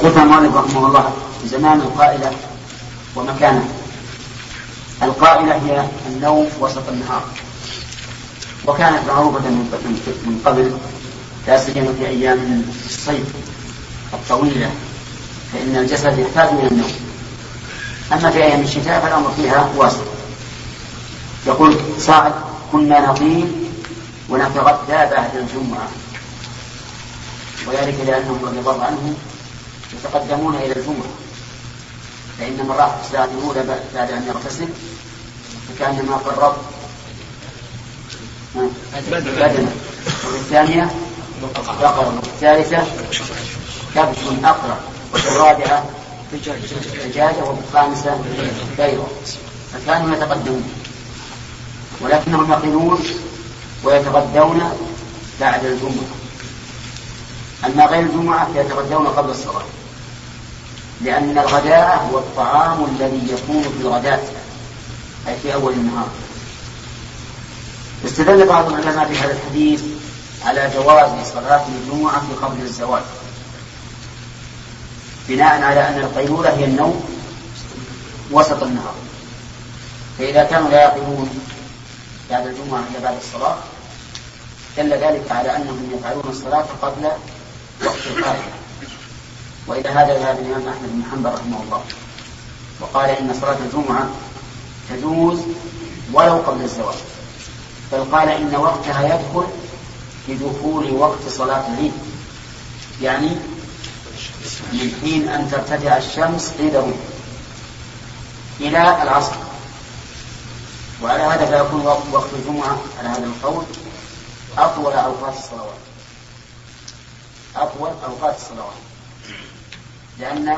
ذكر المؤلف رحمه الله زمان القائلة ومكانه. القائلة هي النوم وسط النهار، وكانت معروفة من قبل، لا سيما في أيام الصيف الطويلة، فإن الجسد يحتاج من النوم. أما في أيام الشتاء فالأمر فيها واسع. يقول سعد: كنا نقيل ونتغدى بعد الجمعة، وذلك لأنهم رضي الله عنهم يتقدمون إلى الجمعة، فإن من راح في الساعة الأولى بعد أن يغتسل فكأنما قرب بدنه، وفي الثانية بقرة، وفي الثالثة كبش أقرع، وفي الرابعة دجاجة، وفي الخامسة بيضة. فكانوا يتقدمون، ولكنهم يقيلون ويتغدون بعد الجمعة. أما غير الجمعة فيتغدون قبل الصلاة، لأن الغداء هو الطعام الذي يكون في الغداء أي في أول النهار. استدل بعض العلماء في هذا الحديث على جواز صلاة الجمعة في قبل الزوال، بناء على أن القيلولة هي النوم وسط النهار، فإذا كانوا لا يقيمون بعد الجمعة إلا بعد الصلاة دل ذلك على أنهم يفعلون الصلاة قبل وقت القائلة. وإلى هذا ذهب الإمام أحمد بن حنبل رحمه الله، وقال إن صلاة الجمعة تجوز ولو قبل الزوال، بل قال إن وقتها يدخل في دخول وقت صلاة العيد، يعني من حين أن ترتفع الشمس قيد إلى العصر. وعلى هذا فيكون وقت الجمعة على هذا القول أطول أوقات الصلوات، لأن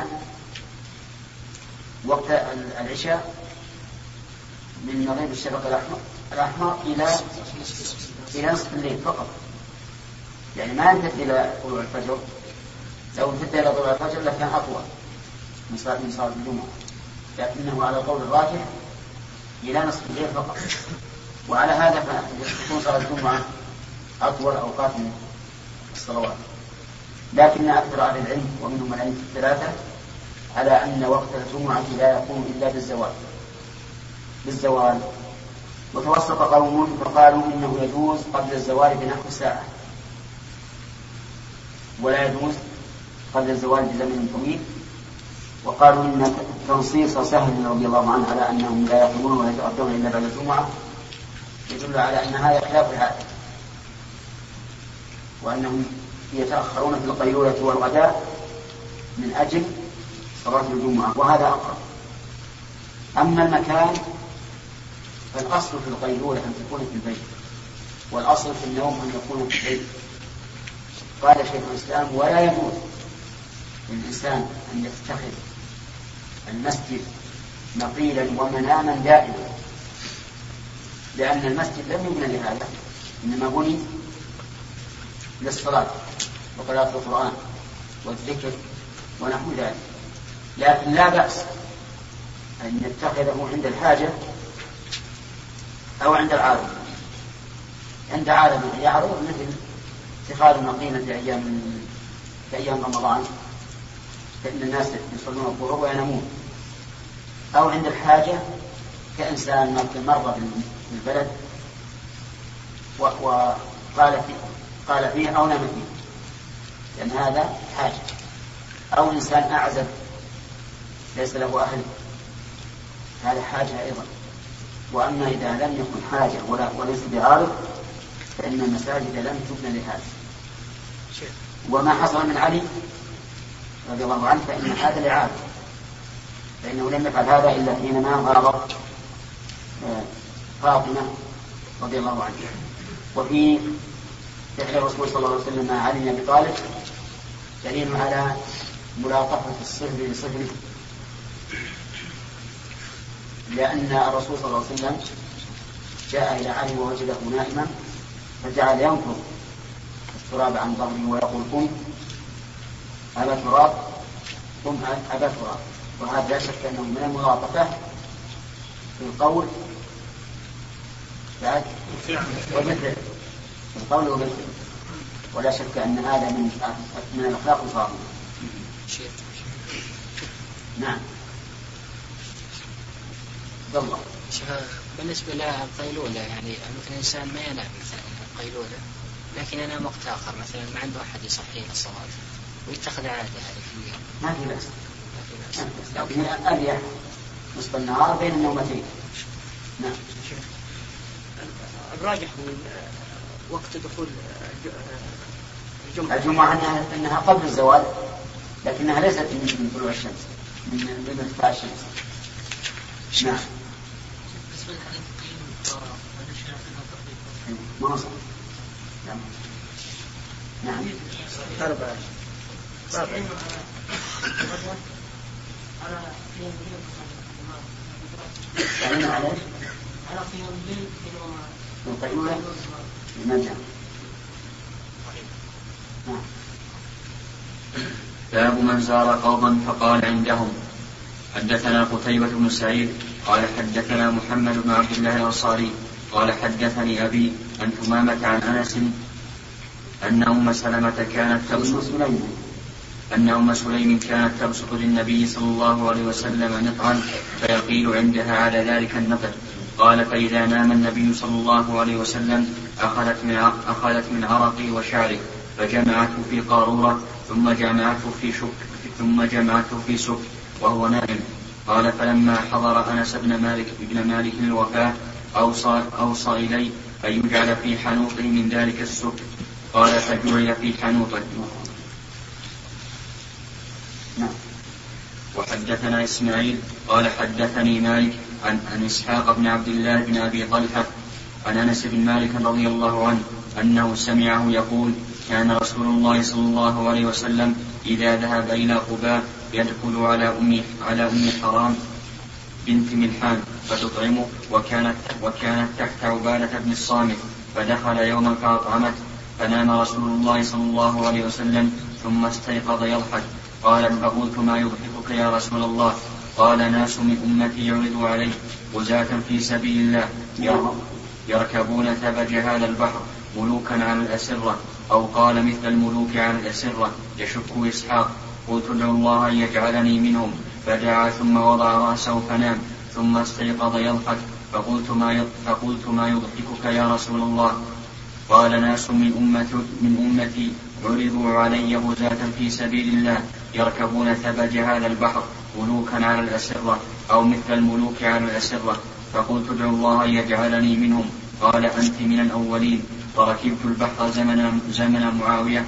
وقت العشاء من مغيب الشفق الأحمر إلى نصف الليل فقط، يعني ما يمتد إلى طلوع الفجر. لو امتد إلى طلوع الفجر لكان أطول من صلاة الجمعة، لكنه على القول الراجح إلى نصف الليل فقط. وعلى هذا فتكون صلاة الجمعة أطول أوقات الصلوات. لكن أكثر أهل العلم ومنهم العلم الثلاثة على أن وقت الجمعة لا يكون إلا بالزوال. وتوسط قوم فقالوا إنه يجوز قبل الزوال بنحو ساعة، ولا يجوز قبل الزوال بزمن طويل. وقالوا إن تنصيص سهل رضي الله عنه على أنهم لا يقومون ولا يتغدون إلا بعد الجمعة يدل على أن هذا خلاف العادة، وأنهم يتأخرون في القيلولة والغداء من أجل صلاة الجمعة، وهذا أقرب. أما المكان فالأصل في القيلولة أن تكون في البيت، والأصل في النوم أن يكون في البيت. قال شيخ الإسلام: ولا يجوز للإنسان أن يتخذ المسجد مقيلا ومناما دائما، لأن المسجد لم يبنى لهذا، إنما بني للصلاة وقراءة القرآن والذكر ونحو ذلك. لكن لا بأس أن يتخذه عند الحاجة أو عند العارض. عند عارض يعرض مثل اتخاذ مقيمة في أيام رمضان، فإن الناس يصلون الظهر وينامون، أو عند الحاجة كإنسان مر بالبلد وقال فيه أو نام فيه، لأن هذا حاجة. أو إنسان أعزب ليس له أهل، هذا حاجة أيضا. وأما إذا لم يكن حاجة وليس بعارض فإن المساجد لم تبنى لهذا. وما حصل من علي رضي الله عنه فإن هذا لعارض، فإنه لم يفعل هذا إلا حينما غرضت فاطمة رضي الله عنها. وفي فعل الرسول صلى الله عليه وسلم مع علي بن أبي طالب دليل على ملاطفة الصهر لصهره، لأن الرسول صلى الله عليه وسلم جاء إلى علي ووجده نائما فجعل ينفض التراب عن ظهره ويقول: قم أبا تراب، قم أبا تراب. وهذا لا شك أنه من الملاطفة في القول والفعل، القول وبالفعل، ولا شك أن هذا من الأخلاق الفاضلة. نعم. بالله. بالنسبة للقيلولة يعني مثلا الإنسان ما ينام مثلا القيلولة لكن ينام وقت آخر مثلا ما عنده أحد يصحيه الصلاة ويتخذ عادة هذه في اليوم. ما في بأس. لكن أريح نصف النهار بين النومتين. نعم. الراجح من وقت دخول الجمعة أنها قبل الزوال لكنها ليست من طلوع الشمس من ارتفاع الشمس. نعم. ما صح. نعم. نعم. باب من زار قوما فقال عندهم. حدثنا قتيبة بن سعيد قال حدثنا محمد بن عبد الله الأنصاري قال حدثني أبي عن ثمامة عن أنس أن أم سلمة كانت تبسط للنبي صلى الله عليه وسلم نطعا فيقيل عندها على ذلك النطع. قال فإذا نام النبي صلى الله عليه وسلم أخذت من عرقي وشعري فجمعته في قارورة ثم جمعته في سك وهو نائم. قال فلما حضر أنس بن مالك الوفاة أوصى إلي أن يجعل في حنوطه من ذلك السك. قال فجعل في حنوطه. وحدثنا إسماعيل قال حدثني مالك عن إسحاق بن عبد الله بن أبي طلحة عن أنس بن مالك رضي الله عنه أنه سمعه يقول كان رسول الله صلى الله عليه وسلم إذا ذهب إلى قباء يدخل على أم حرام بنت ملحان فتطعمه وكانت تحت عبادة بن الصامت فدخل يوما فأطعمت فنام رسول الله صلى الله عليه وسلم ثم استيقظ يضحك. قالت فقلت ما يضحكك يا رسول الله؟ قال ناس من أمتي يعرض عليه غزاة في سبيل الله يركبون ثبج هذا البحر ملوكا على الأسرة أو قال مثل الملوك على الأسرة يشك إسحاق. قلت ادعو الله أن يجعلني منهم فدعا ثم وضع رأسه فنام ثم استيقظ يضحك فقلت ما يضحكك يا رسول الله؟ قال ناس من أمتي عرضوا علي غزاة في سبيل الله يركبون ثبج هذا البحر ملوكا على الأسرة أو مثل الملوك على الأسرة. فقلت ادعو الله أن يجعلني منهم. قال أنت من الأولين. فركبت البحر زمن معاوية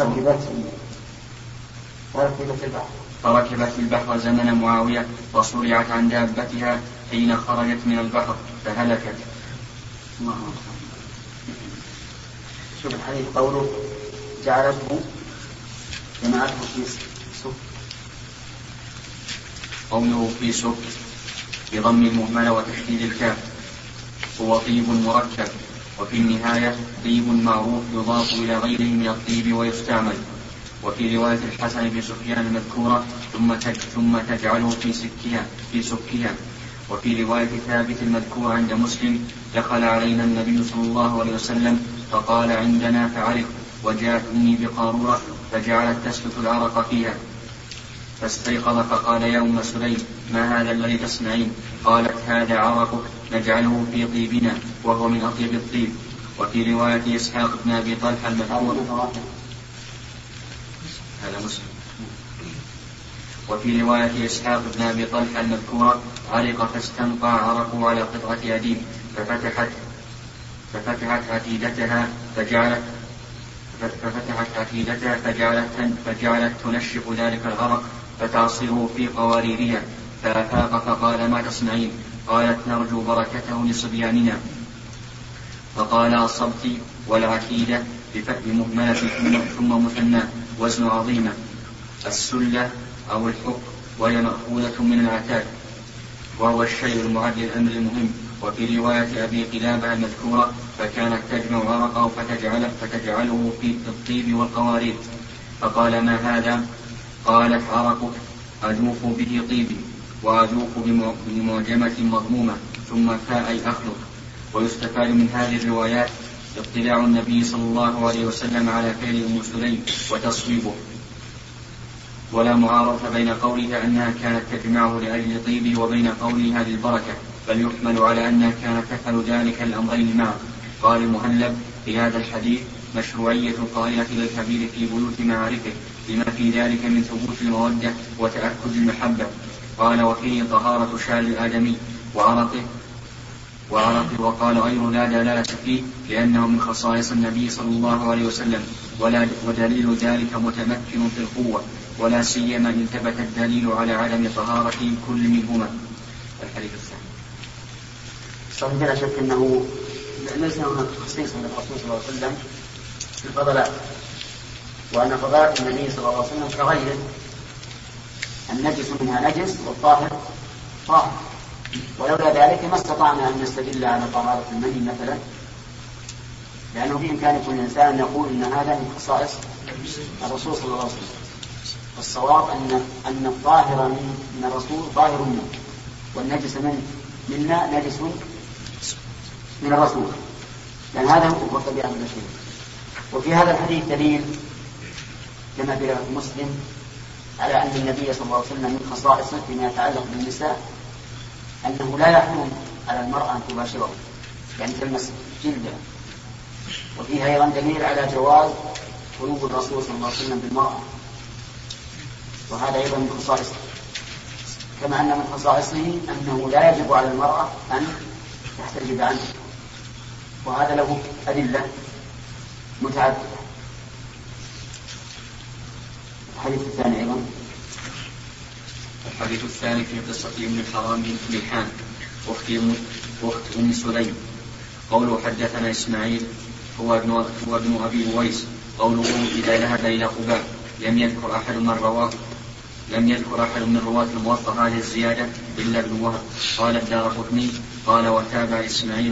فركبت البحر زمن معاوية فصرعت عن دابتها حين خرجت من البحر فهلكت. شوف الحديث قوله جعلته جماعته في سك. قوله في سك بضم المهملة وتشديد الكاف هو طيب مركب وفي النهاية طيب معروف يضاف إلى غيره من الطيب ويستعمل. وفي رواية الحسن بن سفيان المذكورة ثم تجعله في سكها. وفي رواية ثابت المذكورة عند مسلم دخل علينا النبي صلى الله عليه وسلم فقال عندنا فعرف وجاءت أمي بقارورة فجعلت تسلك العرق فيها فاستيقظ فقال يا أم سليم ما هذا الذي تصنعين؟ قالت هذا عرقك نجعله في طيبنا وهو من أطيب الطيب. وفي رواية إسحاق بن أبي طلحة المذكورة هذا مسلم. وفي رواية إسحاق بن أبي طلحة المذكورة عرق فاستنقع عرقه على قطعة أديب ففتحت عتيدتها فجعلت تنشف ذلك العرق فتعصره في قواريرها فأفاق فقال ما تصنعين؟ قالت نرجو بركته لصبياننا. فقال أصبت والعتيدة بفتح مهملة ثم مثنى وزن عظيمة السلة أو الحق وهي مأخوذة من العتاد وهو الشيء المعد للأمر المهم. وفي رواية أبي قلابة المذكورة فكانت تجمع عرقه فتجعله في الطيب والقوارير. فقال ما هذا؟ قالت عرقك أذوق به طيبي وأذوق بمعجمة مضمومة ثم فاء أخلق. ويستفاد من هذه الروايات اطلاع النبي صلى الله عليه وسلم على فعل أم سليم وتصويبه. ولا معارضة بين قولها أنها كانت تجمعه لأجل طيبه وبين قولها للبركة، بل يحمل على أنها كانت تفعل ذلك الأمرين معا. قال المهلب في هذا الحديث مشروعية القائلة للكبير في بيوت معارفه لما في ذلك من ثبوت المودة وتأكد المحبة. قال وفيه طهارة شعر الآدمي وعرقه. وقال غير لا دلالة فيه لأنه من خصائص النبي صلى الله عليه وسلم، ودليل ذلك متمكن في القوة، ولا سيما إن ثبت الدليل على عدم طهارة كل منهما. الحديث الثاني. صحيح بلا شك أنه ليس هناك تخصيص من الرسول صلى الله عليه وسلم في الفضلات، وأن فضلات النبي صلى الله عليه وسلم كغيره، النجس منها نجس والطاهر طاهر، ولولا ذلك ما استطعنا أن نستدل على طهارة المني مثلا، لأنه بإمكان كل إنسان أن يقول إن هذا من خصائص الرسول صلى الله عليه وسلم. الصواب أن الطاهر من الرسول طاهر منه، والنجس منا نجس من الرسول، لأن هذا هو طبيعة البشر. وفي هذا الحديث دليل كما في مسلم على أن النبي صلى الله عليه وسلم من خصائصه فيما يتعلق بالنساء أنه لا يحرم على المرأة أن تباشره، يعني تلمس جلده. وفيها أيضا دليل على جواز خلوق الرسول صلى الله عليه وسلم بالمرأة، وهذا أيضا من خصائصه، كما أن من خصائصه أنه لا يجب على المرأة أن تحتجب عنه، وهذا له أدلة متعددة. الحديث الثاني أيضا. الحديث الثاني في قصة ابن الحرام بنت ملحان أخت أم سليم. قوله حدثنا إسماعيل هو ابن أبي أويس. قوله إذا ذهب إلى قباء لم يذكر أحد من رواة الموطأ هذه الزيادة إلا ابن وهب. قال الدارقطني قال وتابع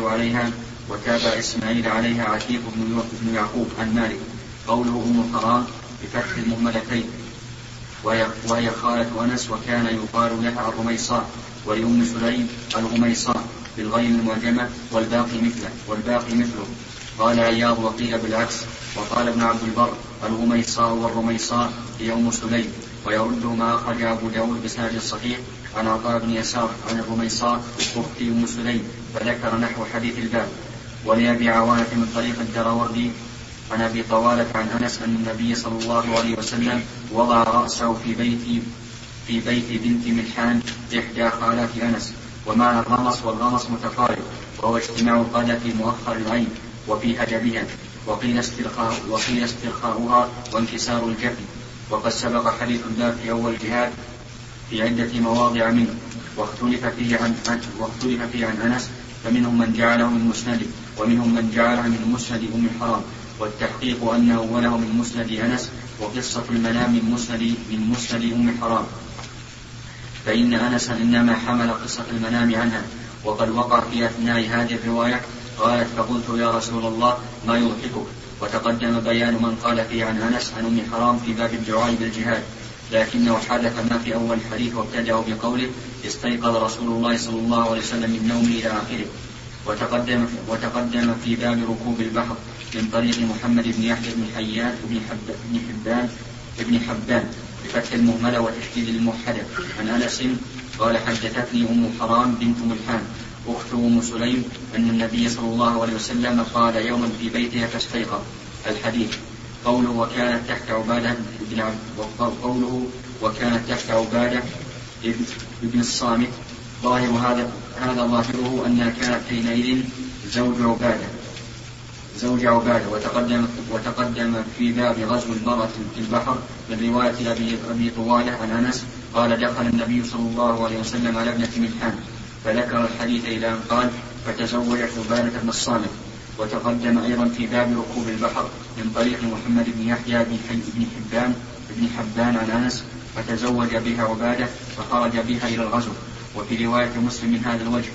إسماعيل عليها عتيق بن يعقوب عن مالك. قوله أم الحرام بفتح المهملتين وهي خالة أنس، وكان يقال لها الرميصاء، ولأم سليم الغميصاء بالغين المعجمة والباقي مثله. قال عياض وقيل بالعكس. وقال ابن عبد البر الغميصاء والرميصاء هي أم سليم، ويرده ما أخرج أبو داود بسند الصحيح عن عطاء بن يسار عن الرميصاء أخت أم سليم، فذكر نحو حديث الباب. ولأبي عوانة من طريق الدراوردي عن أبي طوالة عن أنس أن النبي صلى الله عليه وسلم وضع رأسه في بيت بنت ملحان إحدى خالات أنس. ومعنى الغمص والغمص متقارب، وهو اجتماع القدة في مؤخر العين وفي هجبها، وقيل استرخاؤها وانكسار الجفن. وقد سبق حديث الباب في أول الجهاد في عدة مواضع منه، واختلف فيه عن أنس، فمنهم من جعله من مسنده، ومنهم من جعله من مسند أم الحرام، والتحقيق أنه وله من مسند أنس، وقصة المنام من مسند أم الحرام، فإن أنس إنما حمل قصة المنام عنها. وقد وقع في أثناء هذه الرواية قالت فقلت يا رسول الله ما يضحكك. وتقدم بيان من قال فيه عن أنس عن أم الحرام في باب الدعاء بالجهاد، لكنه حدث ما في أول الحديث وابتدأ بقوله استيقظ رسول الله صلى الله عليه وسلم من نومه إلى آخره. وتقدم في باب ركوب البحر من طريق محمد بن يحيى بن حيان بن حبان بفتح المهملة وتشديد الموحدة عن أنس قال حدثتني أم حرام بنت ملحان أخت أم سليم أن النبي صلى الله عليه وسلم قال يوما في بيتها فاستيقظ. الحديث. قوله وكانت تحت عبادة ابن الصامت هذا ظاهره أنها كانت حينئذ زوج عبادة. وتقدم في باب غزو المرأة في البحر من رواية أبي طوالة عن أنس قال دخل النبي صلى الله عليه وسلم على ابنة ملحان، فذكر الحديث إلى أن قال فتزوجت عبادة بن الصامت. وتقدم أيضا في باب ركوب البحر من طريق محمد بن يحيى بن حبان عن أنس فتزوج بها عبادة فخرج بها إلى الغزو. وفي رواية مسلم من هذا الوجه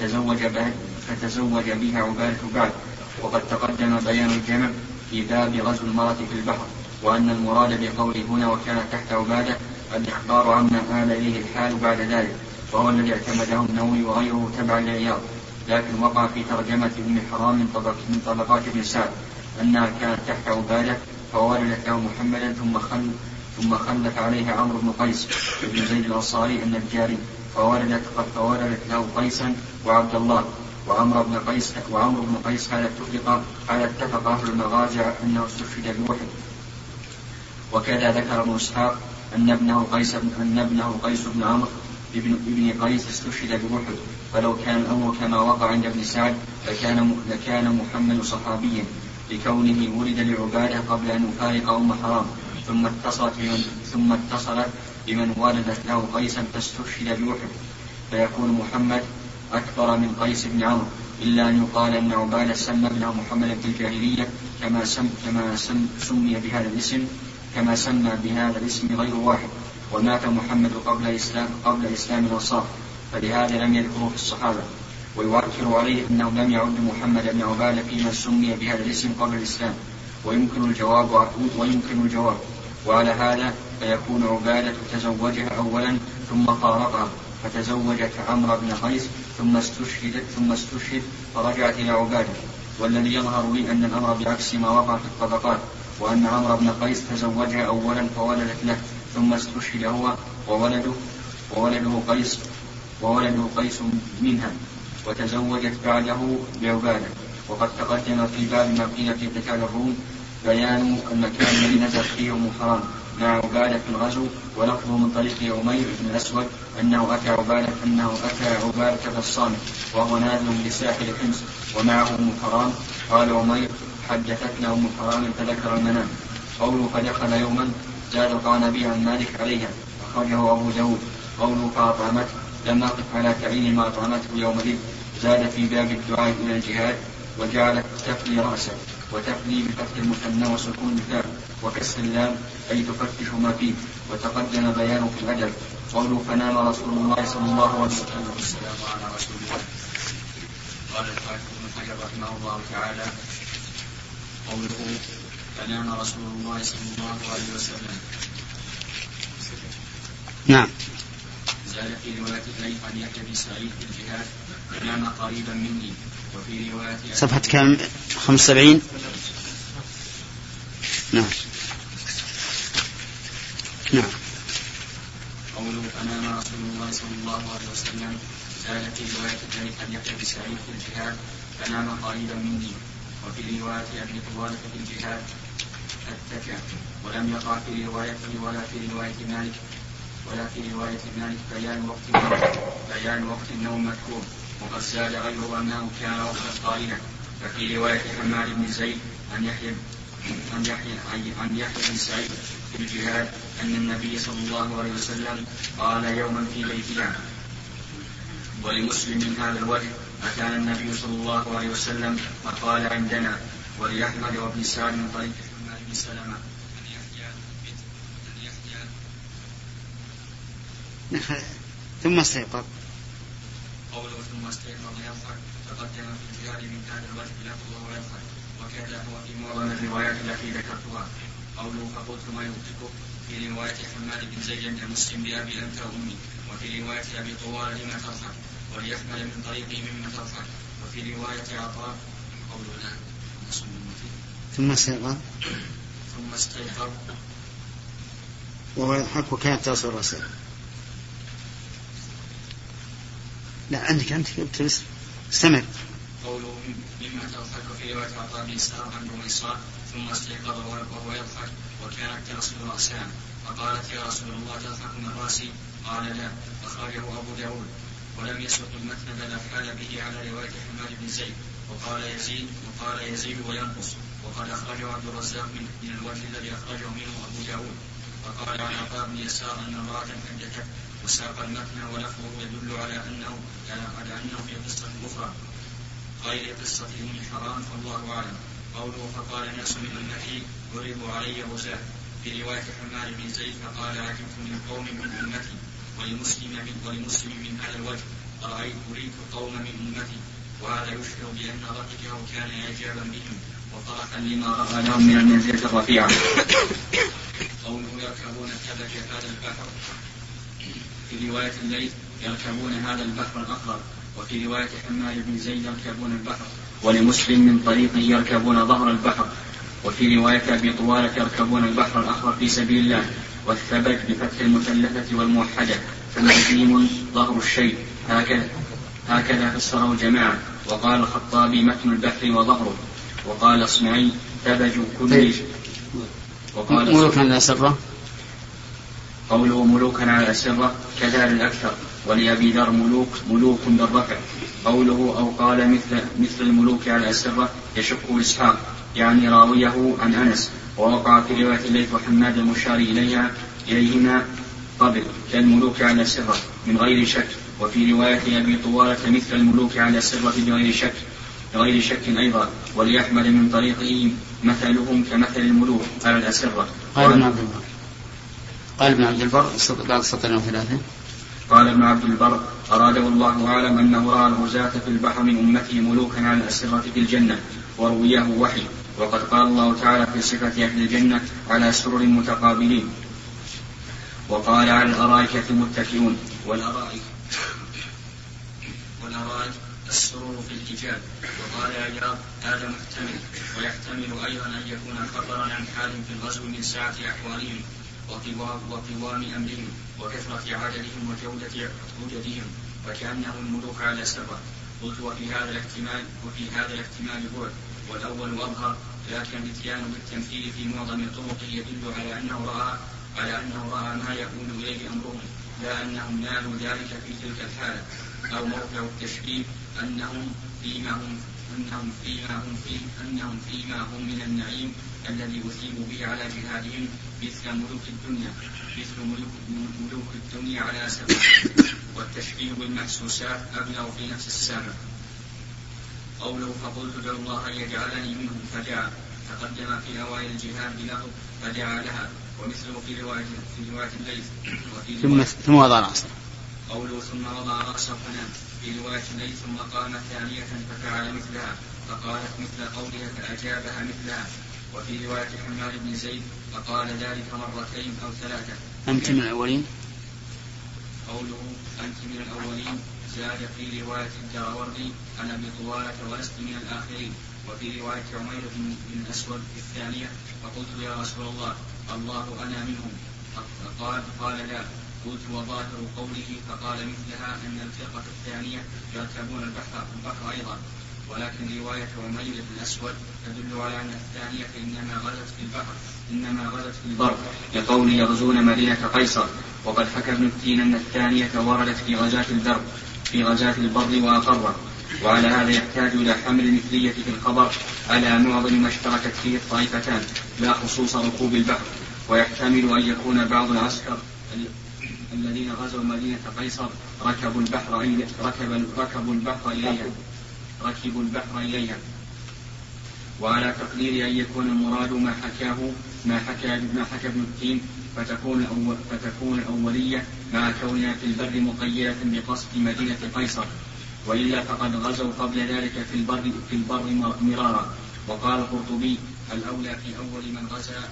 فتزوج بها عبادة بعد. وقد تقدم بيان الجمع في باب غزو المرأة في البحر، وأن المراد بقوله هنا وكانت تحت عبادة الإخبار عما آل إليه الحال بعد ذلك، وهو الذي اعتمده النووي وغيره تبعا لعياض. لكن وقع في ترجمة ابن حرام من طبقات ابن سعد أنها كانت تحت عبادة فولدت له محمدا ثم خلف عليه عمرو بن قيس بن زيد الأنصاري النجاري فوردت له قيسا وعبد الله وعمرو بن قيس هذا اتفق أهل المغازي أنه استشهد بوحد. وكذا ذكر ابن إسحاق أن ابنه قيس بن عمرو ابن قيس استشهد بوحد. فلو كان الأمر كما وقع عند ابن سعد لكان محمد صحابيا لكونه ولد لعبادة قبل أن يفارق أم حرام ثم اتصلت بمن ولدت له قيسا فاستشهد بوحد، فيكون محمد أكبر من قيس بن عمرو، إلا أن يقال أن عبادة سمى ابنه محمد في الجاهلية كما سمى بهذا الاسم غير واحد، ومات محمد قبل إسلام الأنصار، فلهذا لم يذكره في الصحابة. ويؤكد عليه أنه لم يعد محمد بن عبادة فيما سمي بهذا الاسم قبل الإسلام، ويمكن الجواب وعلى هذا فيكون عبادة تزوجها أولا ثم فارقها فتزوجت عمرو بن قيس ثم استشهد فرجعت إلى عبادة. والذي يظهر لي أن الأمر بعكس ما وقع في الطبقات، وأن عمرو بن قيس تزوجها أولا فولدت له ثم استشهد هو وولده قيس منها وتزوجت بعده بعبادة. وقد تقدم في باب ما قيل في قتال الروم بيان المكان الذي نزل فيه أم حرام مع عبادة في الغزو، ولفظه من طريق عمير بن الأسود أنه أتى عبادة الصامت وهو نازل بساحل حمص ومعه أم حرام. قال عمير حدثتنا أم حرام فذكر المنام. قوله فدخل يوما زاد القعنبي عن مالك عليها أخرجه أبو داود. قوله فأطعمته لم أقف على تعيين ما أطعمته يومئذ، زاد في باب الدعاء إلى الجهاد وجعلت تفلي رأسه، وتفلي بفتح المثنى وسكون الفاء وكسر اللام أي تفتش ما فيه، وتقدم بيانه في الأدب. قوله فنام رسول الله صلى الله عليه وسلم والسلام على رسول الله. قال الحافظ ابن حجر رحمه الله تعالى قوله فنام رسول الله صلى الله عليه وسلم. نعم. زاد في رواية الليث عن يحيى بن سعيد في الجهاد فنام قريبا مني. وفي رواية صفحة كام 75. نعم. قوله فنام رسول الله صلى الله عليه وسلم. زاد في رواية الليث عن يحيى بن سعيد في الجهاد فنام قريبا مني. وفي رواية أبي طوال في الجهاد اتكى. ولم يقع في روايته ولا في رواية مالك بيان وقت النوم مذكور. وقد زاد غيره أنه كان وقتا قائلا. ففي رواية حماد بن زيد عن يحيى بن سعيد في الجهاد أن النبي صلى الله عليه وسلم قال يوما في بيتنا. ولمسلم من هذا الوجه أتانا النبي صلى الله عليه وسلم فقال عندنا. ولأحمد وابن سعد من طريق حماد بن سلمة ثم استيقظ. قوله ثم استيقظ يضحك تقدم في الجهاد من هذا الوجه لفظه ويضحك، وكذا هو في معظم الروايات التي ذكرتها. قوله فقلت ما يضحك في رواية حماد بن زيد عند مسلم بأبي أنت وأمي، وفي رواية أبي طوال لما تضحك، وليحمل من طريقه مما تضحك، وفي رواية عطاء قولنا ثم استيقظ وهو يضحك وكانت تصل رأسه. لا عندك أنت استمر. قوله مما تضحك في رواية عطاء بن سار عن رميصان ثم استيقظ وهو يضحك وكانت تغسل رأسها فقالت يا رسول الله تضحك من رأسي؟ قال لا. أخرجه أبو داود. ولم يسبق المتن بل حال به على رواية حماد بن زيد وقال يزيد وينقص. وقد أخرجه عبد الرزاق من الوجه الذي أخرجه منه أبو داود. وقال عن عطاء بن يسار أن امرأة حدثت وساق المتن ولفظه يدل على أنه في قصة أخرى غير قصة أم حرام فالله أعلم. قوله فقال ناس من أمتي ضربوا علي غزاة في رواية حماد بن زيد فقال عجبت من قوم من أمتي. ولمسلم من هذا الوجه أريت قوم من أمتي. وهذا يشعر بأن ضحكه كان إعجابا بهم وفرحا لما رأى لهم من المنزلة الرفيعة. قوله يركبون التبج هذا البحر في رواية الليث يركبون هذا البحر الأخضر، وفي رواية حماد بن زيد يركبون البحر. ولمسلم من طريقه يركبون ظهر البحر. وفي رواية أبي طوالة يركبون البحر الأخضر في سبيل الله. والثبت بفتح المثلثة والموحدة، ثم جيم ظهر الشيء، هكذا فسره جماعة. وقال الخطابي متن البحر وظهره. وقال اصمعي ثبج كل شيء. وقال ملوكا على الأسرة، قوله ملوكا على الأسرة كذا للأكثر، ولأبي ذر ملوك بالرفع. قوله أو قال مثل الملوك على الأسرة يشك إسحاق يعني راويه عن أنس، ووقع في رواية الليث وحماد المشار إليهما قبل كالملوك على الأسرة من غير شك. وفي رواية أبي طوالة مثل الملوك على الأسرة بغير شك أيضا، وليحمل من طريقه مثلهم كمثل الملوك على الأسرة. قال ابن عبد البر بعد سطرين وثلاثة. قال ابن عبد البر أراده الله أعلم أنه رأى الغزاة في البحر من أمته ملوكا على الأسرة في الجنة، ورويه وحي. وقد قال الله تعالى في صفة أهل الجنة على سرر متقابلين، وقال على الأرائك متكئون. والأرائك السرور في الحجاب. وقال عياض هذا محتمل، ويحتمل أيضا أن يكون خبرا عن حال في الغزو من سعة أحوالهم وقوام أمرهم وكثرة عددهم وجودة عددهم، وكأنهم الملوك على سرة. قلت وفي هذا الاحتمال بعد، والأول أظهر، لكن الاتيان بالتمثيل في معظم الطرق يدل على أنه رأى ما يكون إليه أمرهم، لا أنهم نالوا ذلك في تلك الحالة. أو موقع التشبيه أنهم فيما هم من النعيم الذي أثيبوا به على جهادهم مثل ملوك الدنيا على سبب. والتشبيه بالمحسوسات أبلغ في نفس السامع. قوله فقلت ادعوا الله أن يجعلني منهم فدعا، تقدم في أوائل الجهاد له فدعا لها، ومثله في رواية الليث. ثم وضع العصر. قوله ثم وضع رأسه فنام، في رواية الليث ثم قام ثانية ففعل مثلها، فقالت مثل قولها فأجابها مثلها. وفي رواية حماد بن زيد فقال ذلك مرتين أو ثلاثة. أنت من الأولين. قوله أنت من الأولين زاد في رواية الدراوردي عن أبي طوالة ولست من الآخرين. وفي رواية عمير بن أسود الثانية فقلت يا رسول الله أنا منهم، قال لا. قلت وظاهر قوله فقال مثلها أن الفرقة الثانية يركبون البحر أيضا. ولكن رواية عمير بن أسود تدل على أن الثانية إنما غزت في البر لقول يغزون مدينة قيصر. وقد حكى ابن التين أن الثانية وردت في غزاة البر وأقرت. وعلى هذا يحتاج إلى حمل المثلية في الخبر على معظم ما اشتركت فيه الطائفتان، لا خصوص ركوب البحر. ويحتمل أن يكون بعض العسكر الذين غزوا مدينة قيصر ركبوا البحر إليها. وعلى تقدير أن يكون المراد ما حكى ابن التين، فتكون الأولية مع كونها في البر مقيدة بقصد مدينة قيصر، وإلا فقد غزوا قبل ذلك في البر مرارا. وقال القرطبي الأولى في أول من غزا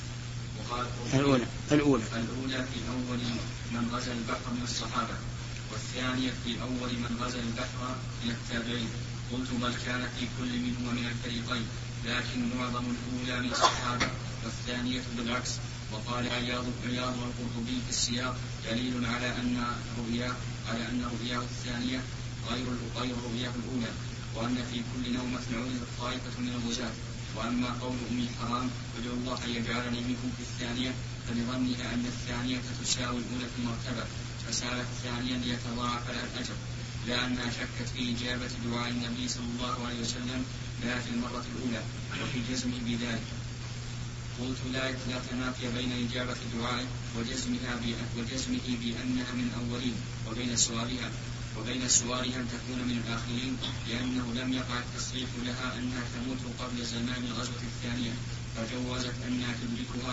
الأولى في أول من غزا البحر من الصحابة، والثانية في أول من غزا البحر من التابعين. قلت بل كان في كل منهما من الفريقين، لكن معظم الأولى من الصحابة والثانية بالعكس. وقال عياض والقرطبي في السياق دليل على أن رؤياه الثانية غير رؤياه الأولى، وأن في كل نومة عرضت طائفة من الغزاة. وأما قول أم حرام ادعوا الله أن يجعلني منكم في الثانية، فلظنها أن الثانية تساوي الأولى في المرتبة، فسالت ثانيا ليتضاعف لها الأجر، لأنها شكت في إجابة دعاء النبي صلى الله عليه وسلم لها في المرة الأولى وفي جزمه بذلك. قلت لا تنافي بين إجابة دعائه وجزمه بأنها من الأولين، وبين سؤالها أن تكون من الآخرين، لأنه لم يقع التصريح لها أنها تموت قبل زمان الغزوة الثانية، فجوزت أنها تدركها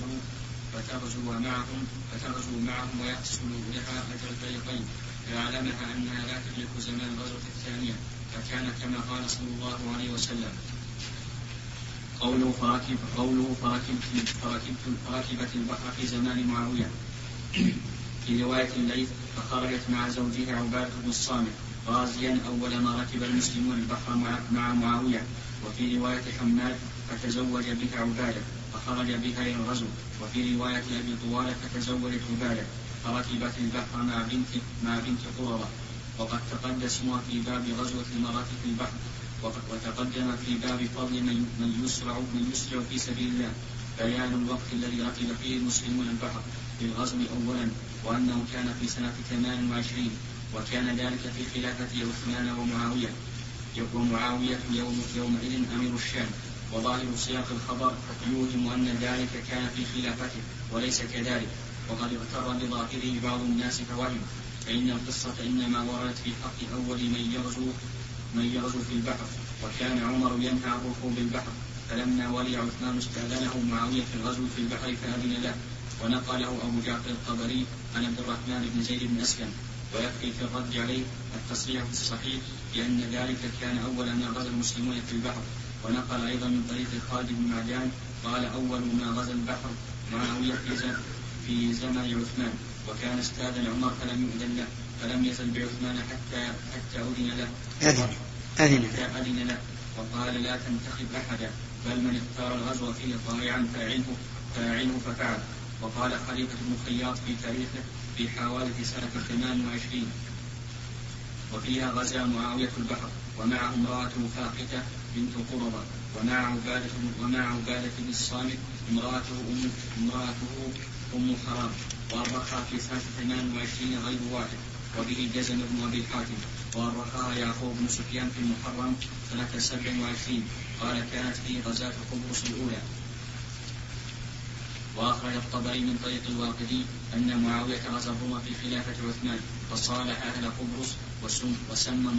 فتغزو معهم ويحصل لها أجر الفريقين، فأعلمها أنها لا تدرك زمان الغزوة الثانية، فكان كما قال صلى الله عليه وسلم. قوله فركبت البحر في زمان معاوية. في رواية الليث فخرجت مع زوجها عبادة بن الصامت غازيا أول ما ركب المسلمون البحر مع معاوية. وفي رواية حماد فتزوج بها عبادة فخرج بها إلى الغزو. وفي رواية أبي طوالة فتزوجت عبادة فركبت البحر مع بنت قرظة. وقد تقدم اسمها في باب غزوة المرأة في البحر. وتقدم في باب فضل من يسرع في سبيل الله بيان الوقت الذي ركب فيه المسلمون البحر للغزو أولا، وأنه كان في سنة 28، وكان ذلك في خلافة عثمان ومعاوية يومئذ أمير الشام. وظاهر سياق الخبر يوهم أن ذلك كان في خلافته، وليس كذلك، وقد اغتر بظاهره بعض الناس فوهم، فإن القصة إنما وردت في حق أول من يغزو في البحر، وكان عمر ينهى عن ركوب البحر، فلما ولي عثمان استأذنه معاوية في الغزو في البحر فأذن له. ونقله أبو جعفر الطبري عن عبد الرحمن بن زيد بن أسلم. ويكفي في الرد عليه التصريح في الصحيح لأن ذلك كان أول ما غزا المسلمون في البحر. ونقل أيضا من طريق خالد بن معدان قال أول ما غزا البحر معاوية في زمن عثمان، وكان استاذن عمر فلم يؤذن له، فلم يزل بعثمان حتى أذن له وقال لا تنتخب أحدا، بل من اختار الغزو فيه طائعا فاعنه ففعل. وقال خليفة بن خياط في تاريخه في حوالي سنة 28 وفيها غزا معاوية البحر ومعه امرأته فاقتة بنت قرظة ومع عبادة بن الصامت امرأته أم حرام، وأرخها في سنة 28 غير واحد. وبه جزم بن أبي حاتم. وأرخها يعقوب بن سفيان في المحرم سنة 27 قال كانت فيه غزاة قبرص الأولى. وأخرج الطبري من طريق الواقدي أن معاوية غزا الروم في خلافة عثمان فصالح أهل قبرص وسمى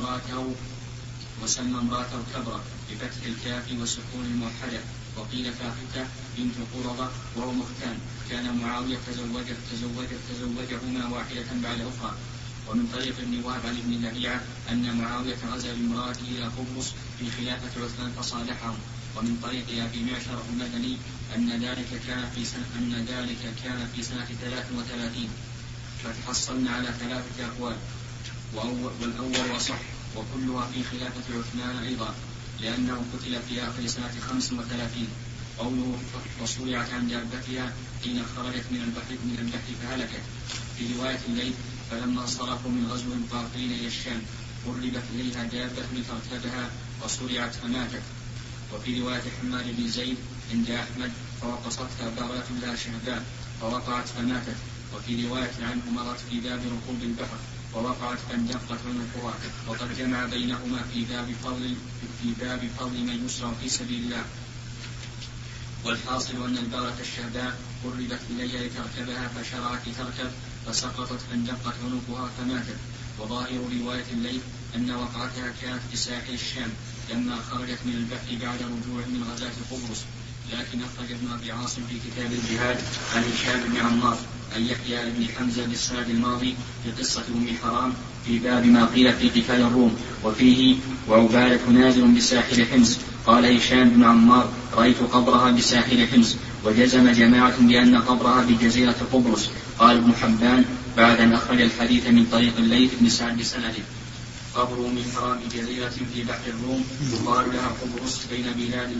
امرأته كبرى بفتح الكاف وسكون الموحدة. وقيل فاقتة بنت قرظة وهو مختان. كان معاوية تزوجهما واحدة بعد أخرى. ومن طريق ابن وهب عن ابن لهيعة أن معاوية غزا بامرأته إلى قبرص في خلافة عثمان فصالحهم. ومن طريق أبي معشر المدني أن ذلك كان في سنة 33. فتحصلنا على 3 أقوال، والأول وصح، وكلها في خلافة عثمان أيضا، لأنه قتل في آخر سنة 35. قوله وصرعت عن دابتها حين خرجت من البحر فهلكت. في رواية الليث فلما صرفوا من غزو قافلين إلى الشام قربت إليها دابة لتركبها وصرعت فماتت. وفي رواية حماد بن زيد عند أحمد فوقصتها بغلة لها شهباء فوقعت فماتت. وفي رواية عنه مرت في باب ركوب البحر ووقعت فاندفقت عنقها. وقد جمع بينهما في باب فضل من يسرع في سبيل الله. والحاصل أن البغلة الشهباء قربت إليها لتركبها فشرعت تركب فسقطت فاندفقت عنقها فماتت. وظاهر رواية الليث أن وقعتها كانت بساحل الشام لما خرجت من البحر بعد رجوع من غزاة قبرص. لكن أخرج ابن أبي عاصم في كتاب الجهاد عن هشام بن عمار عن يحيى بن حمزة بالسند الماضي في قصة أم حرام في باب ما قيل في قتال الروم وفيه وعبادة نازل بساحل حمص. قال هشام بن عمار رأيت قبرها بساحل حمص، وجزم جماعة بأن قبرها بجزيرة قبرص. قال ابن حبان بعد أن أخرج الحديث من طريق الليث بن سعد بسنده قبر أم حرام بجزيرة في بحر الروم يقال لها قبرص بين بلاد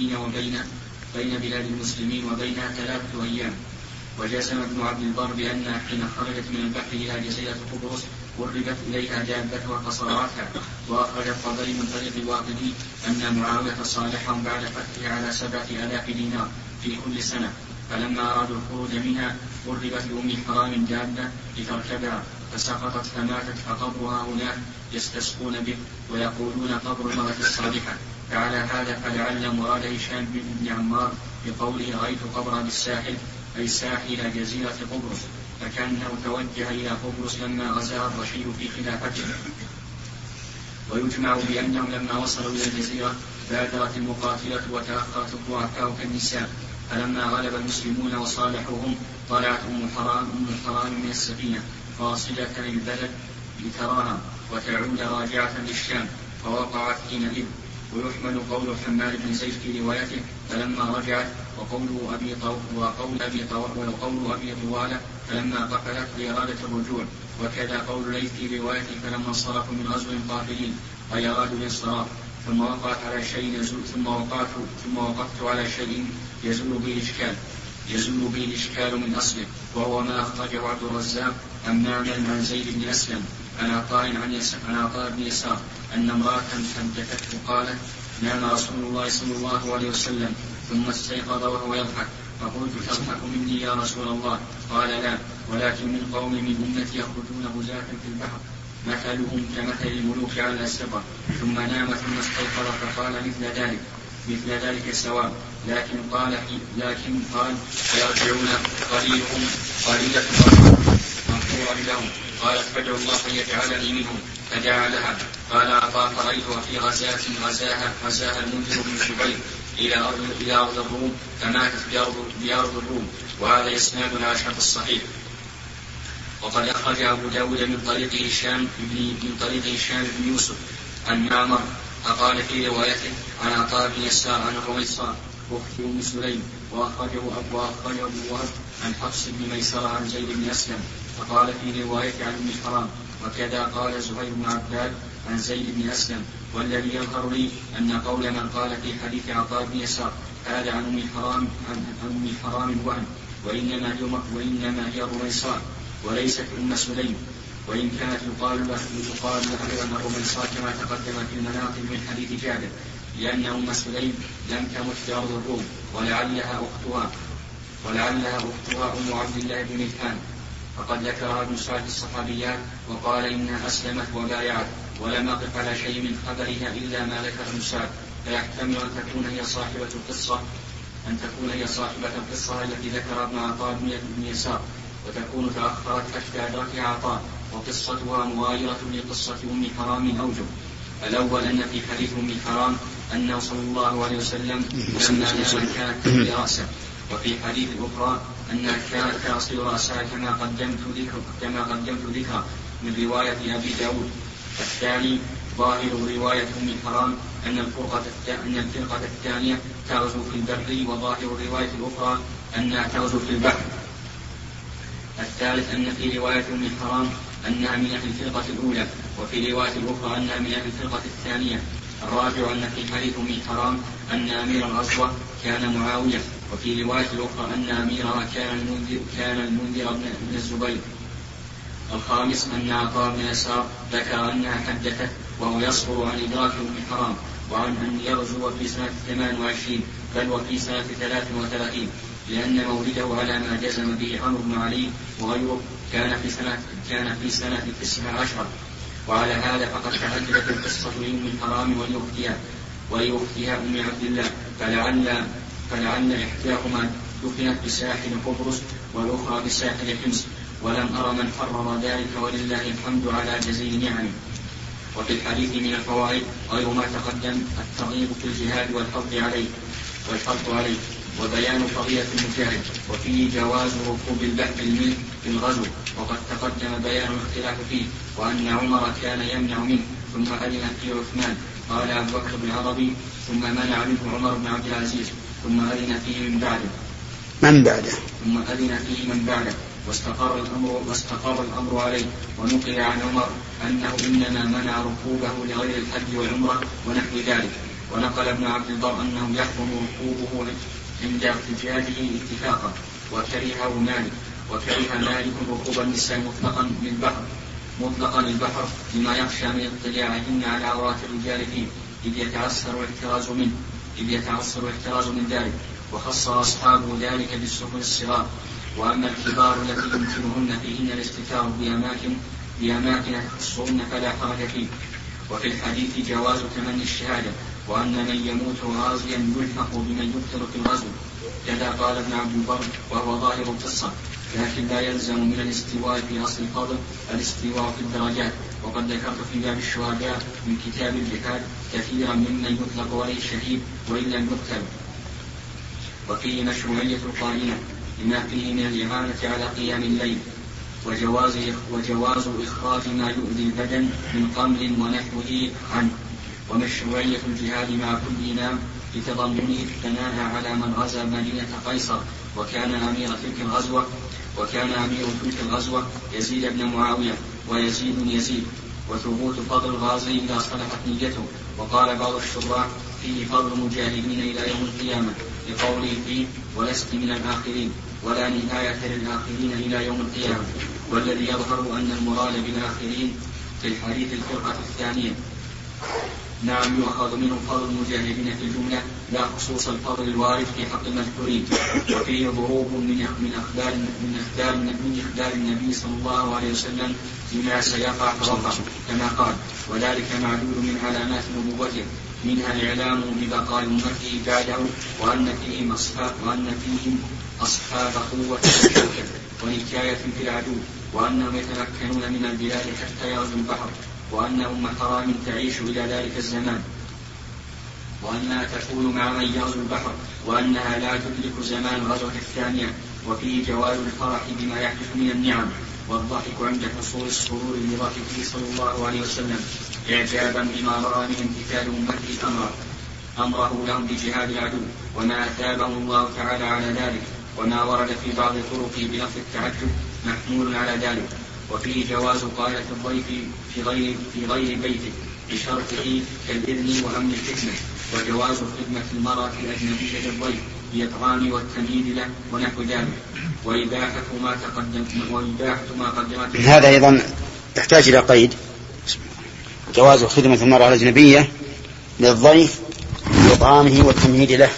المسلمين وبينها 3 أيام. وجزم ابن عبد البر بأنها حين خرجت من البحر إلى جزيرة قبرص قربت إليها دابتها فصرعتها. وأخرج الطبري من طريق الواقدي أن معاوية صالحهم بعد فتحها على 7,000 دينار في كل سنة، فلما أرادوا الخروج منها قربت لأم حرام دابة لتركبها فسقطت فماتت، فقبرها هناك يستسقون به ويقولون قبر المرأة الصالحة. فعلى هذا فلعل مراد هشام بن عمار بقوله رأيت قبرها بالساحل أي ساحل جزيرة قبرص، فكأنه توجه إلى قبرص لما غزاها الرشيد في خلافته. ويجمع بأنهم لما وصلوا إلى الجزيرة بادرت المقاتلة وتأخرت الضعفاء كالنساء، فلما غلب المسلمون وصالحوهم طلعت أم حرام من السفينة فاصلة للبلد لتراها وتعود راجعة للشام فوقعت حينئذ. ويحمل قول حماد بن زيد في روايته فلما رجعت، وقول أبي طوالة فلما قفلت لإرادة الرجوع، وكذا قول ليث في روايته فلما انصرفوا من غزو قافلين أي أرادوا الانصراف. ثم وقفت على شيء يزول به الإشكال من أصله، وهو ما أخرجه عبد الرزاق عن معمر عن زيد بن أسلم عن عطاء بن يسار أن امرأة حدثته قالت: نام رسول الله صلى الله عليه وسلم ثم استيقظ وهو يضحك، فقلت: تضحك مني يا رسول الله؟ قال: لا، ولكن من قوم من أمتي يخرجون غزاة في البحر مثلهم كمثل الملوك على الأسرة، ثم نام ثم استيقظ فقال مثل ذلك سواء، لكن قال فيرجعون قليلة مغفورا لهم. قالت: فادعوا الله أن يجعلني منهم، فدعا لها. قال عطاء: فرأيتها في غزاة غزاها المنذر بن الزبير إلى أرض الروم، فماتت بأرض الروم. وهذا إسناد على شرط الصحيح. وقد أخرج أبو داود من طريق هشام بن يوسف عن معمر، فقال في روايته عن عطاء بن يسار عن رويصة أخت أم سليم، وأخرجه أبو وهب عن حفص بن ميسرة عن زيد بن أسلم، فقال في روايته عن ابن حرام. وكذا قال زهير بن عباد عن زيد بن أسلم. والذي يظهر لي أن قول من قال في حديث عطاء بن يسار هذا عن أم حرام وهم، وإنما هي الرميصاء وليست أم سليم، وإن كانت يقال له أيضا الرميصاء كما تقدم في المناقب من حديث جابر، لأن أم سليم لم تمت في أرض الروم، ولعلها أختها أم عبد الله بن ملحان، فقد ذكرها ابن سعد الصحابيات وقال إنها أسلمت وبايعت، ولم أقف على شيء من خبرها إلا ما ذكر ابن سعد، فيحتمل أن تكون هي صاحبة القصة التي ذكر ابن عطاء بن يسار، وتكون تأخرت حتى أدركها عطاء، وقصتها مغايرة لقصة أم حرام أوجه. الأول أن في حديث أم حرام أنه صلى الله عليه وسلم لما نام كانت تحلي رأسه، وفي حديث الأخرى أنها كانت تغسل رأسها كما قدمت ذكر من رواية أبي داود. الثاني ظاهر رواية أم حرام أن الفرقة الثانية تغزو في البر، وظاهر الرواية الأخرى أنها تغزو في البحر. الثالث أن في رواية أم حرام أنها من أهل الفرقة الأولى، وفي رواية الأخرى أنها من أهل الفرقة الثانية. الرابع أن في حديث أم حرام أن أمير الغزوة كان معاوية، وفي رواية الأخرى أن أميرها كان المنذر بن الزبير. الخامس أن عطاء بن يسار ذكر أنها حدثت وهو يصبر عن إدراك أم حرام، وعن أن يغزو في سنة 28 بل وفي سنة 33، لأن مولده على ما جزم به عمرو بن علي وغيره كان في سنة 19. وعلى هذا فقد تحدثت القصة لأم حرام ولأختها أم عبد الله، فلعل إحداهما دفنت بساحل قبرص والأخرى بساحل حمص، ولم أرى من حرر ذلك، ولله الحمد على جزيل نعمه. وفي الحديث من الفوائد غير ما تقدم الترغيب في الجهاد والحرص عليه وبيان فضيلة المجاهد، وفيه جواز ركوب الملك في الغزو، وقد تقدم بيان الاختلاف فيه، وأن عمر كان يمنع منه ثم أذن فيه عثمان، قال أبو بكر بن عربي، ثم منع منه عمر بن عبد العزيز، ثم أذن فيه من بعده واستقر الأمر عليه. ونقل عن عمر أنه إنما منع ركوبه لغير الحج والعمرة ونحو ذلك. ونقل ابن عبد البر أنه يحرم ركوبه عند ارتجاجه اتفاقا، وكره مالك ركوب النساء مطلقا البحر لما يخشى من اطلاعهن على عورات الرجال فيه، إذ يتعسر الاحتراز من ذلك، وخص أصحابه ذلك بالسفن الصغار. وأما الكبار التي يمكنهن فيهن الاستتار بأماكن تخصهن فلا حرج فيه. وفي الحديث جواز تمني الشهادة، وأن من يموت غازيا يلحق بمن يقتل في الغزو، كذا قال ابن عبد البر، وهو ظاهر القصة، لكن لا يلزم من الاستواء في أصل الفضل الاستواء في الدرجات. وقد ذكرت في باب الشهداء من كتاب الجهاد كثيرا ممن يطلق عليه الشهيد وإن لم يقتل. وفيه مشروعية القائمة لما فيه من الإعانة على قيام الليل، وجواز إخراج ما يؤذي البدن من قمل ونحوه عنه، ومشروعية الجهاد مع كل إمام لتضمنه الثناء على من غزا مدينة قيصر، وكان أمير تلك الغزوة يزيد بن معاوية ويزيد، وثبوت فضل الغازي إذا صلحت نيته. وقال بعض الشراح فيه فضل المجاهدين إلى يوم القيامة لقوله فيه ولست من الآخرين ولا نهاية للآخرين إلى يوم القيامة. والذي يظهر أن المراد بالآخرين في الحديث الفرقة الثانية نعم يؤخذ منه فضل المجاهدين في الجملة لا خصوص الفضل الوارد في حق المذكورين. وفيه ضروب من إخبار النبي صلى الله عليه وسلم بما سيقع فوقع كما قال وذلك معدود من علامات نبوته منها إعلامه ببقاء أمته بعده وأن فيهم أصحاب قوة وشوكة ونكاية في العدو وأنهم يتمكنون من البلاد حتى يغزوا البحر وأنهم حرام تعيش إلى ذلك الزمان وأنها تكون مع من يغزو البحر وأنها لا تدرك زمان الغزوة الثانية. وفيه جواز الفرح بما يحدث من النعم والضحك عند حصول السرور لضحكه صلى الله عليه وسلم إعجابا بما رأى من امتثال أمته أمره لهم بجهاد العدو وما أثابهم الله تعالى على ذلك وما ورد في بعض طرقه بلفظ التعجب محمول على ذلك. وفيه جواز قالة الضيف في غير بيته بشرطه كالإذن وأمن الفتنة وجواز خدمة المرأة الأجنبية للضيف بإطعام والتمهيد له ونحو ذلك وإباحة ما قدمت. هذا أيضا يحتاج إلى قيد جواز خدمة المرأة الأجنبية للضيف بإطعامه والتمهيد له.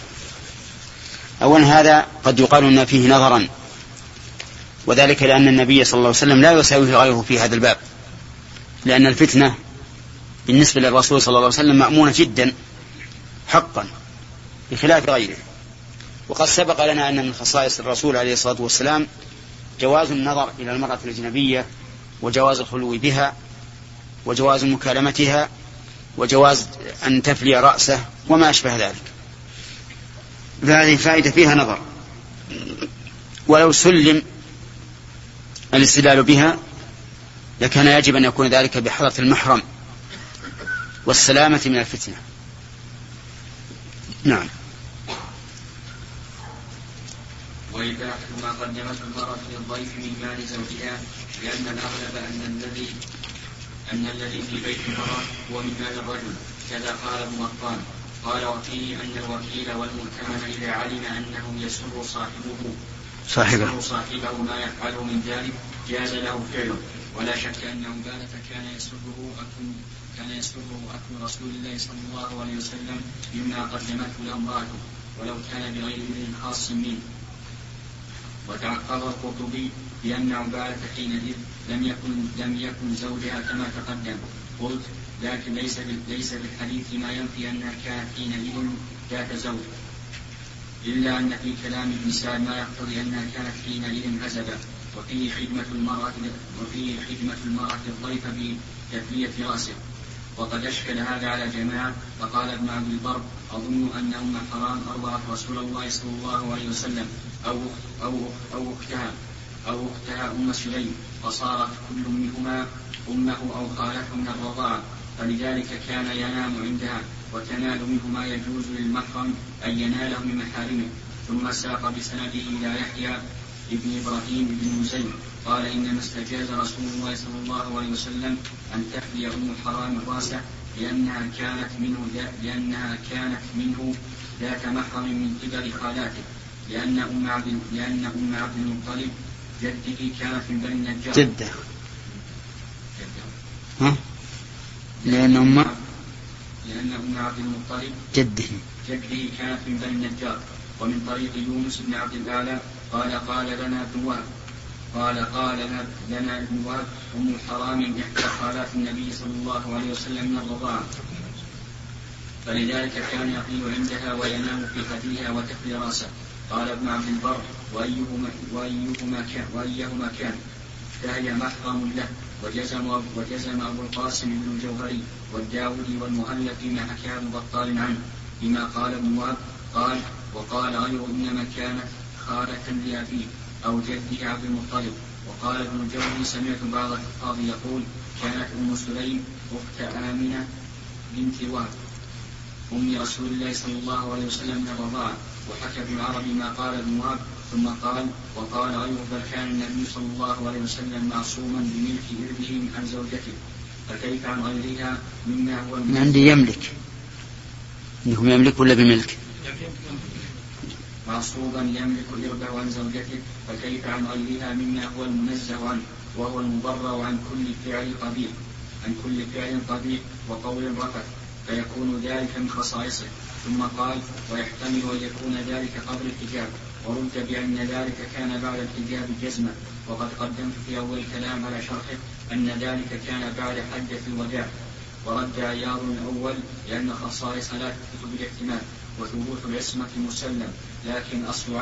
أولا هذا قد يقال أن فيه نظرا وذلك لأن النبي صلى الله عليه وسلم لا يساويه غيره في هذا الباب لأن الفتنة بالنسبة للرسول صلى الله عليه وسلم مأمونة جدا حقا بخلاف غيره. وقد سبق لنا أن من خصائص الرسول عليه الصلاة والسلام جواز النظر إلى المرأة الأجنبية وجواز الخلو بها وجواز مكالمتها وجواز أن تفلي رأسه وما أشبه ذلك. فهذه فائدة فيها نظر ولو سلم الاستدلال بها لكان يجب أن يكون ذلك بحضرة المحرم والسلامة من الفتنة. نعم. وإباحة ما قدمت المرأة للضيف من مال زوجها لأن الأغلب أن الذي في بيت المرأة هو من مال الرجل كذا قال ابن مطان قال وفيه أن الوكيل والمؤتمن إذا علم أنه يسر صاحبه ما يفعله من ذلك جاز له فعله ولا شك أن عبادة كان يسره أكل رسول الله صلى الله عليه وسلم مما قدمته له امرأته ولو كان بغير إذن خاص منه. وتعقب القرطبي بأن عبادة حينئذ لم يكن زوجها كما تقدم. قلت لكن ليس بالحديث ما ينفي أنها كانت حينئذ ذات زوج إلا أن في كلام ابن سعد ما يقتضي أنها كانت حينئذ عزبا. وفيه خدمة المرأة الضيف بتثنية رأسه وقد أشكل هذا على جماعة فقال ابن عبد البر أظن أن أم حرام أرضعت رسول الله صلى الله عليه وسلم أو أختها أم سليم فصارت كل منهما أمه أو خالته من الرضاعة فلذلك كان ينام عندها وتنال منه ما يجوز للمحرم أن يناله من محارمه. ثم ساق بسنده إلى يحيى ابن إبراهيم بن مزين قال إنما استجاز رسول الله صلى الله عليه وسلم أن تحلي أم حرام راسه لأنها كانت منه ذات محرم من قبل خالاته لأن أم عبد المطلب جده كانت من بني النجار جده لأن أم عبد المطلب جده كانت من بني النجار. ومن طريق يونس بن عبد الأعلى قال لنا ابن وهب أم حرام إحدى خالات النبي صلى الله عليه وسلم من الرضاعة فلذلك كان يقيل عندها وينام في خديها وتحلي راسه. قال ابن عبد البر وأيهما كان فهي محرم له. وجزم أبو القاسم بن الجوهري والداودي والمهلب فيما حكاه بطال عنه بما قال ابن وهب وقال غير إنما كانت خالة لأبيه أو جده عبد المطلب. وقال ابن الجوزي سمعت بعض الحفاظ يقول كانت أم سليم أخت آمنة بنت وهب أم رسول الله صلى الله عليه وسلم من الرضاعة. وحكى ابن العربي ما قال ابن وهب ثم وقال غيره بل كان النبي صلى الله عليه وسلم معصوما بملك إربه عن زوجته فكيف عن غيرها مما هو عندي يملك، إنكم يملك ولا بملك؟ معصوبا يملك إربه عن زوجته، فكيف عن غيرها مما هو المنزه عنه وهو المبرأ عن كل فعل قبيح وقول رفث، فيكون ذلك من خصائصه. ثم قال: ويحتمل أن يكون ذلك قبل الحجاب، ورد بأن ذلك كان بعد الحجاب جزما، وقد قدمت في أول الكلام على شرحه أن ذلك كان بعد حجة الوداع. ورد عياض الأول لأن خصائص لا تثبت بالاحتمال، وثبوت العصمة مسلم، لكن الأصل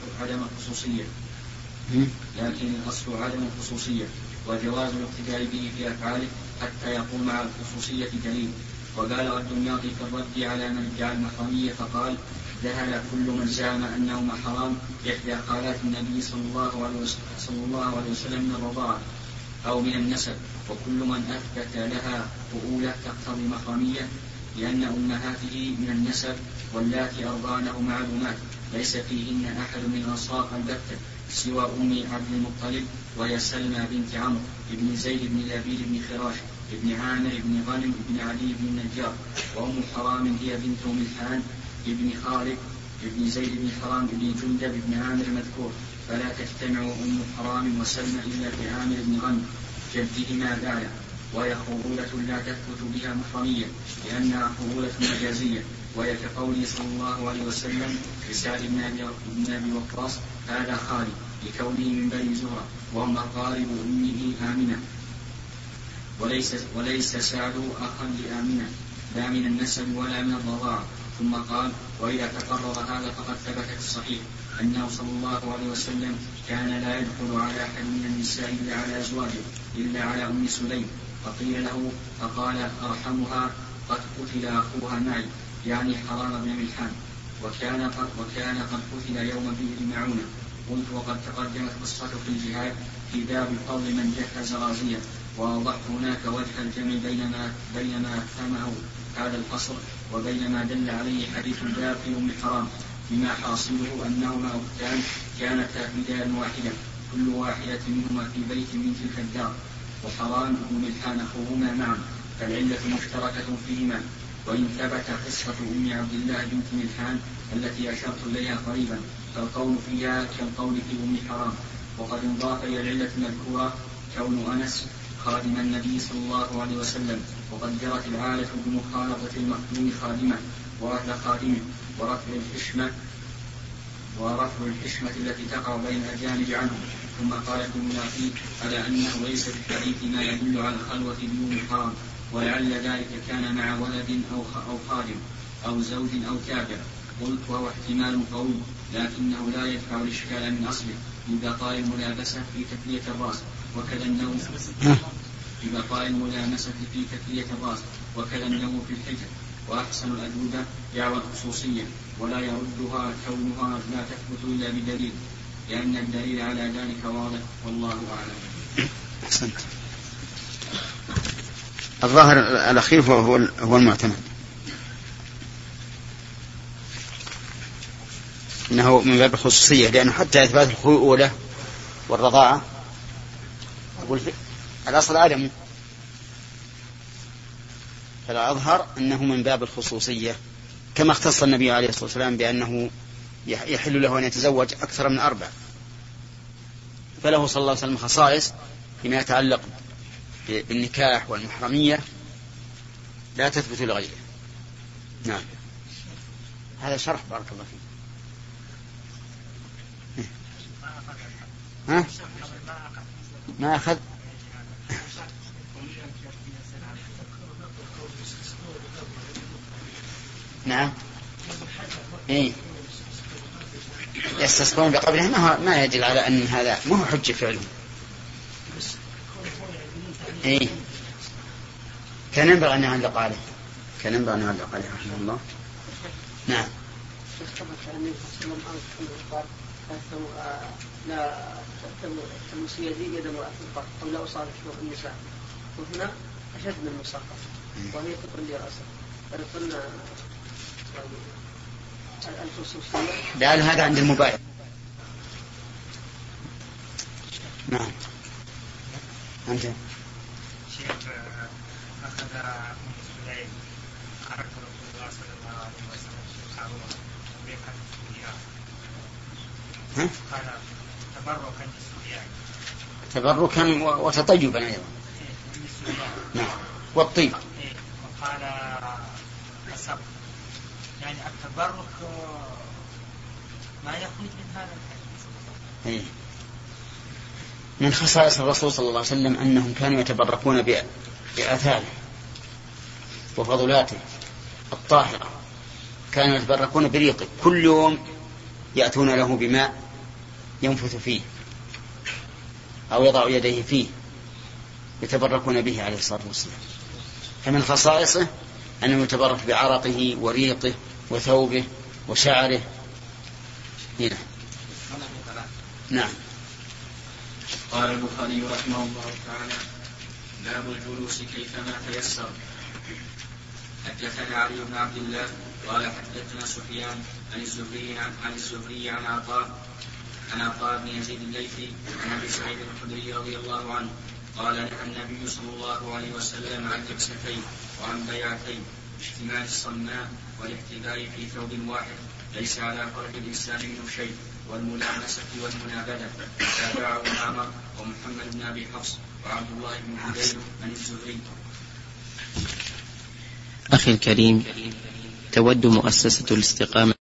عدم الخصوصية وجواز الاقتداء به في أفعاله حتى يقوم على الخصوصية دليل. وقال الدمياطي في الرد على من ادعى المحرمية فقال: ذهل كل من زعم أنهما حرام إحدى خالات النبي صلى الله عليه وسلم من الرضاعة أو من النسب، وكل من أثبت لها فؤولة تقتضي محرمية، لأن أمهاته من النسب واللاتي أرضانه معلومات ليس فيهن أحد من الأنصار البتة سوى أم عبد المطلب، وهي سلمى بنت عمرو بن زيد بن لبيد بن خراش بن عامر بن غنم بن علي بن النجار. وأم حرام هي بنت ملحان بن خالد بن زيد بن حرام بن جندب بن عامر المذكور، فلا تجتمع أم حرام وسلمى إلا في عامر بن غنم جدهما بعد، وهي خبولة لا تثبت بها محرمية لأنها خبولة مجازية، وهي كقوله صلى الله عليه وسلم لسعد بن أبي وقاص: هذا خالي، لكونه من بني زهرة وهم أقارب أمه آمنة، وليس سعد أخا لآمنة لا من النسب ولا من الرضاعة. ثم قال: وإذا تقرر هذا فقد ثبت في الصحيح أنه صلى الله عليه وسلم كان لا يدخل على أحد من النساء إلا على أزواجه إلا على أم سليم، فقيل له فقال: أرحمها قد قتل أخوها معي، يعني حرام بن ملحان، وكان قد قتل يوم بئر معونة. قلت: وقد تقدمت قصته في الجهاد في باب فضل من جهز غازيا، وأوضحت هناك وجه الجمع بينما أفهمه هذا الفصل وبينما دل عليه حديث الباب في أم حرام، بما حاصله أنهما أختان كانتا في دار واحدة كل واحدة منهما في بيت من تلك الدار، وحرام بن ملحان أخوهما معا، فالعلة مشتركة فيهما. وإن ثبت قصة أم عبد الله بنت ملحان التي أشرت إليها قريبا فالقول فيها كالقول في أم حرام. وقد انضاف إلى العلة المذكورة كون أنس خادم النبي صلى الله عليه وسلم، وقد جرت العادة بمخالطة المخدوم خادمه وأهل خادمه ورفع الحشمة التي تقع بين الأجانب عنهم. ثم قال الدمياطي على أنه ليس في الحديث ما يدل على الخلوة بأم حرام، ولعل ذلك كان مع ولد أو خادم أو زوج أو تابع. قلت: وهو احتمال قوي، لكنه لا يدفع الإشكال من أصله ببقاء الملابسة في تكلية الرأس وكذا النوم وكذا النوم في الحجر. وأحسن الأجوبة دعوى الخصوصية، ولا يردها كونها لا تثبت إلا بدليل، لأن الدليل على ذلك واضح، والله أعلم. أحسنت. الظاهر الأخير هو المعتمد، إنه من باب الخصوصية، لأنه حتى إثبات الخؤولة والرضاعة أقول الأصل عدمه، فلا أظهر أنه من باب الخصوصية، كما اختص النبي عليه الصلاة والسلام بأنه يحل له أن يتزوج أكثر من 4، فله صلى الله عليه وسلم خصائص فيما يتعلق بالنكاح والمحرمية لا تثبت لغيره. نعم، هذا شرح بارك الله فيك. ها؟ ما أخذ نعم إيه يستسقون بقبره، ما يدل على أن هذا ما هو حجة فعله. إيه كان ينبغي أن يعلق عليه رحمه الله. نعم. لا المسيئة دي يد امرأة الفرق أو لا أصالح النساء، وهنا أشد من المساقط وهي تقل لي رأسها، فنقلنا الخصوصية لعل هذا عند المبايع. نعم. أنت أخذ أم سليم عرف رسول الله صلى الله عليه وسلم حاروها بيقا السوريان قال تبركا للسوريان تبركا وتطيبا أيضا نعم والطيب وقال السبب يعني التبرك ما يخرج من هذا الحديث. من خصائص الرسول صلى الله عليه وسلم أنهم كانوا يتبركون بآثاره وفضلاته الطاهرة، كانوا يتبركون بريقه، كل يوم يأتون له بماء ينفث فيه أو يضع يديه فيه يتبركون به عليه الصلاة والسلام. فمن خصائصه أنه يتبرك بعرقه وريقه وثوبه وشعره. هنا نعم. قال البخاري رحمه الله تعالى: باب الجلوس كيفما تيسر. حدثنا علي بن عبد الله قال حدثنا سفيان عن الزهري عن عطاء بن يزيد الليثي عن ابي سعيد الخدري رضي الله عنه قال: نهى النبي صلى الله عليه وسلم عن لبستين وعن بيعتين: اجتماع الصماء والاحتباء في ثوب واحد، ليس على فرج الإنسان منه شيء، والملامسة والمنابذة. تابعه معمر ومحمد بن أبي حفص وعبد الله بن حبيب عن الزهري. أخي الكريم، تود مؤسسة الاستقامة